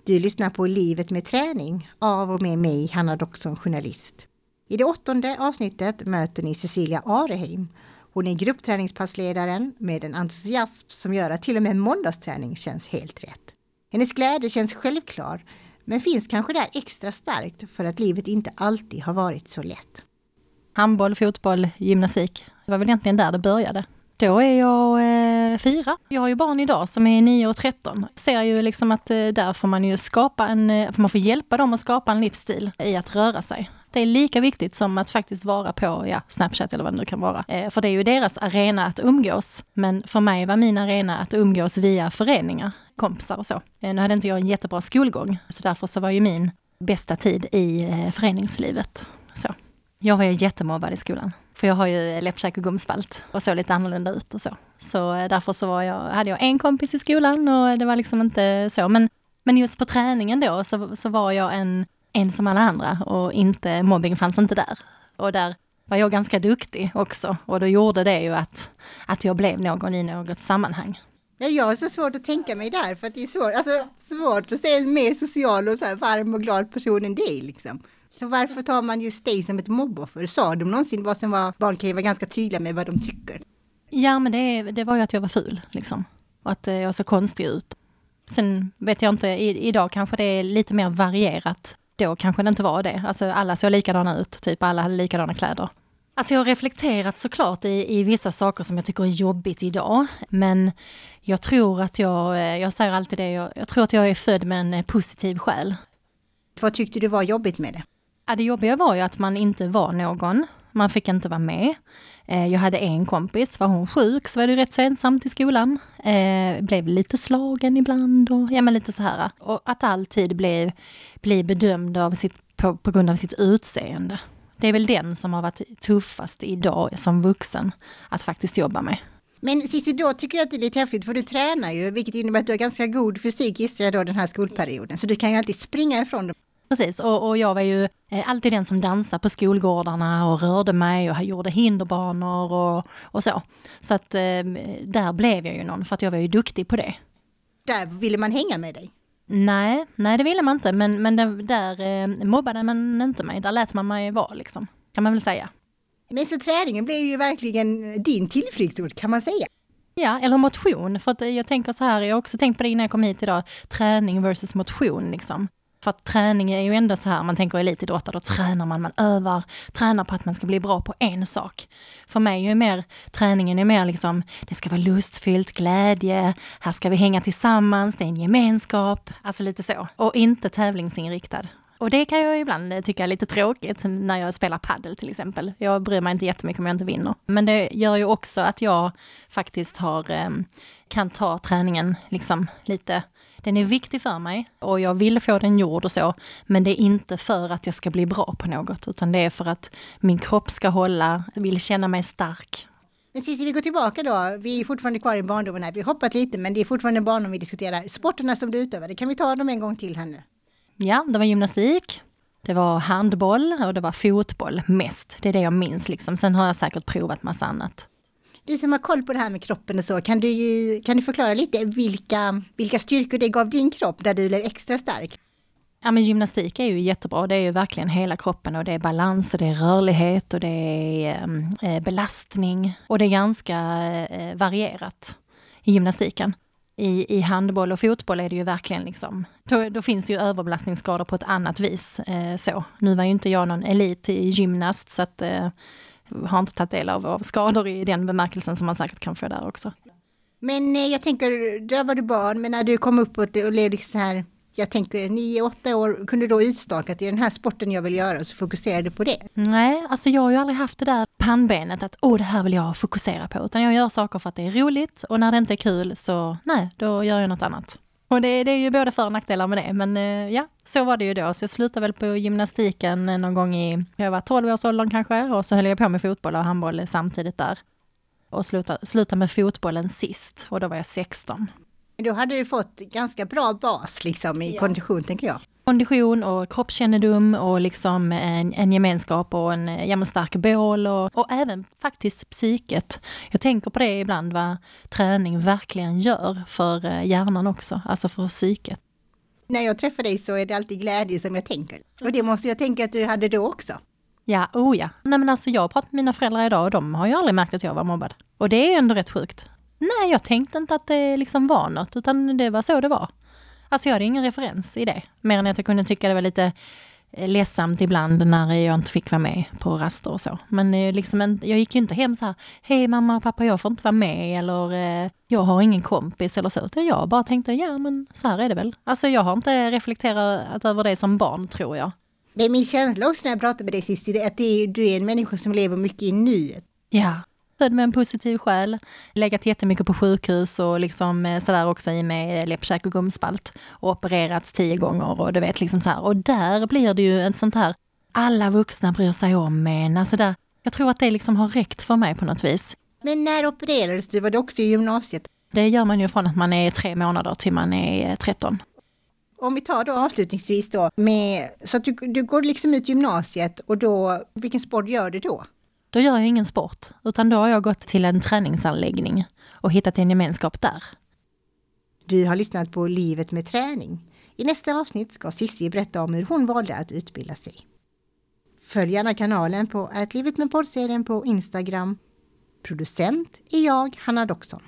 Du lyssnar på Livet med träning av och med mig, Hanna Doxon, journalist. I det 8:e avsnittet möter ni Cecilia Areheim. Hon är gruppträningspassledaren med en entusiasm som gör att till och med måndagsträning känns helt rätt. Hennes glädje känns självklar, men finns kanske där extra starkt för att livet inte alltid har varit så lätt. Handboll, fotboll, gymnastik. Det var väl egentligen där det började. Då är jag 4. Jag har ju barn idag som är 9 och 13. Ser ju liksom att där får man ju skapa man får hjälpa dem att skapa en livsstil i att röra sig. Det är lika viktigt som att faktiskt vara på Snapchat eller vad det nu kan vara. För det är ju deras arena att umgås. Men för mig var min arena att umgås via föreningar, kompisar och så. Nu hade inte jag en jättebra skolgång. Så därför så var ju min bästa tid i föreningslivet. Så. Jag var ju jättemobbad i skolan. För jag har ju läppkäk och gomspalt och såg lite annorlunda ut och så. Så därför så hade jag en kompis i skolan och det var liksom inte så. Men just på träningen då så var jag en som alla andra och mobbing fanns inte där. Och där var jag ganska duktig också. Och då gjorde det ju att jag blev någon i något sammanhang. Ja, jag har så svårt att tänka mig där för att det är svårt att se en mer social och så här varm och glad person än dig liksom. Så varför tar man just dig som ett mobboffer? Sa de någonsin vad som var, barn kan ju vara ganska tydliga med vad de tycker? Ja, men det var ju att jag var ful liksom. Och att jag såg konstig ut. Sen vet jag inte, idag kanske det är lite mer varierat. Då kanske det inte var det. Alltså alla såg likadana ut, typ alla hade likadana kläder. Alltså jag har reflekterat såklart i vissa saker som jag tycker är jobbigt idag. Men jag tror att jag säger alltid det, jag tror att jag är född med en positiv själ. Vad tyckte du var jobbigt med det? Ja, det jobbiga var ju att man inte var någon. Man fick inte vara med. Jag hade en kompis, var hon sjuk så var det rätt så ensamt i skolan. Blev lite slagen ibland och men lite så här. Och att alltid bli bedömd på grund av sitt utseende. Det är väl den som har varit tuffast idag som vuxen att faktiskt jobba med. Men Cissi, då tycker jag att det är lite häftigt för du tränar ju, vilket innebär att du har ganska god fysik gissar jag då den här skolperioden. Så du kan ju alltid springa ifrån dem. Precis, och jag var ju alltid den som dansade på skolgårdarna och rörde mig och gjorde hinderbanor och så. Så att där blev jag ju någon för att jag var ju duktig på det. Där ville man hänga med dig? Nej det ville man inte, men där mobbade man inte mig. Där lät man mig vara liksom, kan man väl säga. Men så träningen blev ju verkligen din tillflyktsord kan man säga. Ja, eller motion. För att jag tänker så här, jag har också tänkt på det innan jag kom hit idag. Träning versus motion liksom. För att träning är ju ändå så här, man tänker elitidrottare, då tränar man övar, tränar på att man ska bli bra på en sak. För mig är träningen är mer liksom, det ska vara lustfyllt, glädje, här ska vi hänga tillsammans, det är en gemenskap, alltså lite så. Och inte tävlingsinriktad. Och det kan jag ibland tycka är lite tråkigt när jag spelar paddel till exempel. Jag bryr mig inte jättemycket om jag inte vinner. Men det gör ju också att jag faktiskt kan ta träningen liksom lite. Den är viktig för mig och jag vill få den gjord och så. Men det är inte för att jag ska bli bra på något. Utan det är för att min kropp ska hålla, jag vill känna mig stark. Men Cissi, vi går tillbaka då. Vi är fortfarande kvar i barndomen här. Vi har hoppat lite men det är fortfarande barndom vi diskuterar. Sporterna som du utövade, kan vi ta dem en gång till här nu? Ja, det var gymnastik, det var handboll och det var fotboll mest. Det är det jag minns liksom. Sen har jag säkert provat massa annat. Du som har koll på det här med kroppen och så, kan du förklara lite vilka styrkor det gav din kropp där du blev extra stark? Ja, men gymnastik är ju jättebra. Det är ju verkligen hela kroppen och det är balans och det är rörlighet och det är belastning. Och det är ganska varierat i gymnastiken. I handboll och fotboll är det ju verkligen liksom, då finns det ju överbelastningsskador på ett annat vis. Så. Nu var ju inte jag någon elitgymnast så att har inte tagit del av skador i den bemärkelsen som man säkert kan få där också. Men jag tänker, där var du barn, men när du kom upp och levde så här, jag tänker 9-8 år, kunde du då utstakat i den här sporten jag vill göra och så fokuserade du på det? Nej, alltså jag har ju aldrig haft det där pannbenet att det här vill jag fokusera på. Utan jag gör saker för att det är roligt och när det inte är kul så då gör jag något annat. Och det är ju både för- och nackdelar med det. Men ja, så var det ju då. Så jag slutade väl på gymnastiken någon gång jag var 12 års åldern kanske. Och så höll jag på med fotboll och handboll samtidigt där. Och slutade med fotbollen sist. Och då var jag 16. Då hade du fått ganska bra bas liksom i kondition tänker jag. Kondition och kroppskännedom och liksom en gemenskap och en stark bål och även faktiskt psyket. Jag tänker på det ibland vad träning verkligen gör för hjärnan också, alltså för psyket. När jag träffar dig så är det alltid glädje som jag tänker. Och det måste jag tänka att du hade då också. Ja, ja. Nej, men alltså jag har pratat med mina föräldrar idag och de har ju aldrig märkt att jag var mobbad. Och det är ju ändå rätt sjukt. Nej, jag tänkte inte att det liksom var något, utan det var så det var. Alltså jag hade ingen referens i det. Mer än att jag kunde tycka det var lite ledsamt ibland när jag inte fick vara med på raster och så. Men liksom jag gick ju inte hem så här, hej mamma och pappa, jag får inte vara med, eller jag har ingen kompis eller så. Utan jag bara tänkte, ja men så här är det väl. Alltså jag har inte reflekterat över det som barn, tror jag. Det är min känsla också när jag pratade med dig sist, att du är en människa som lever mycket i nuet. Ja. Född med en positiv själ, legat jättemycket på sjukhus och liksom sådär också i med läppkäk och gumspalt och opererats 10 gånger och du vet liksom så här. Och där blir det ju ett sånt här, alla vuxna bryr sig om en. Alltså där, jag tror att det liksom har räckt för mig på något vis. Men när opererades du? Var det också i gymnasiet? Det gör man ju från att man är 3 månader till man är 13. Om vi tar då avslutningsvis då, så att du går liksom ut gymnasiet och då, vilken sport gör du då? Då gör jag ingen sport, utan då har jag gått till en träningsanläggning och hittat en gemenskap där. Du har lyssnat på Livet med träning. I nästa avsnitt ska Cissi berätta om hur hon valde att utbilda sig. Följ gärna kanalen på @livetmedpoddserien på Instagram. Producent är jag, Hanna Doxon.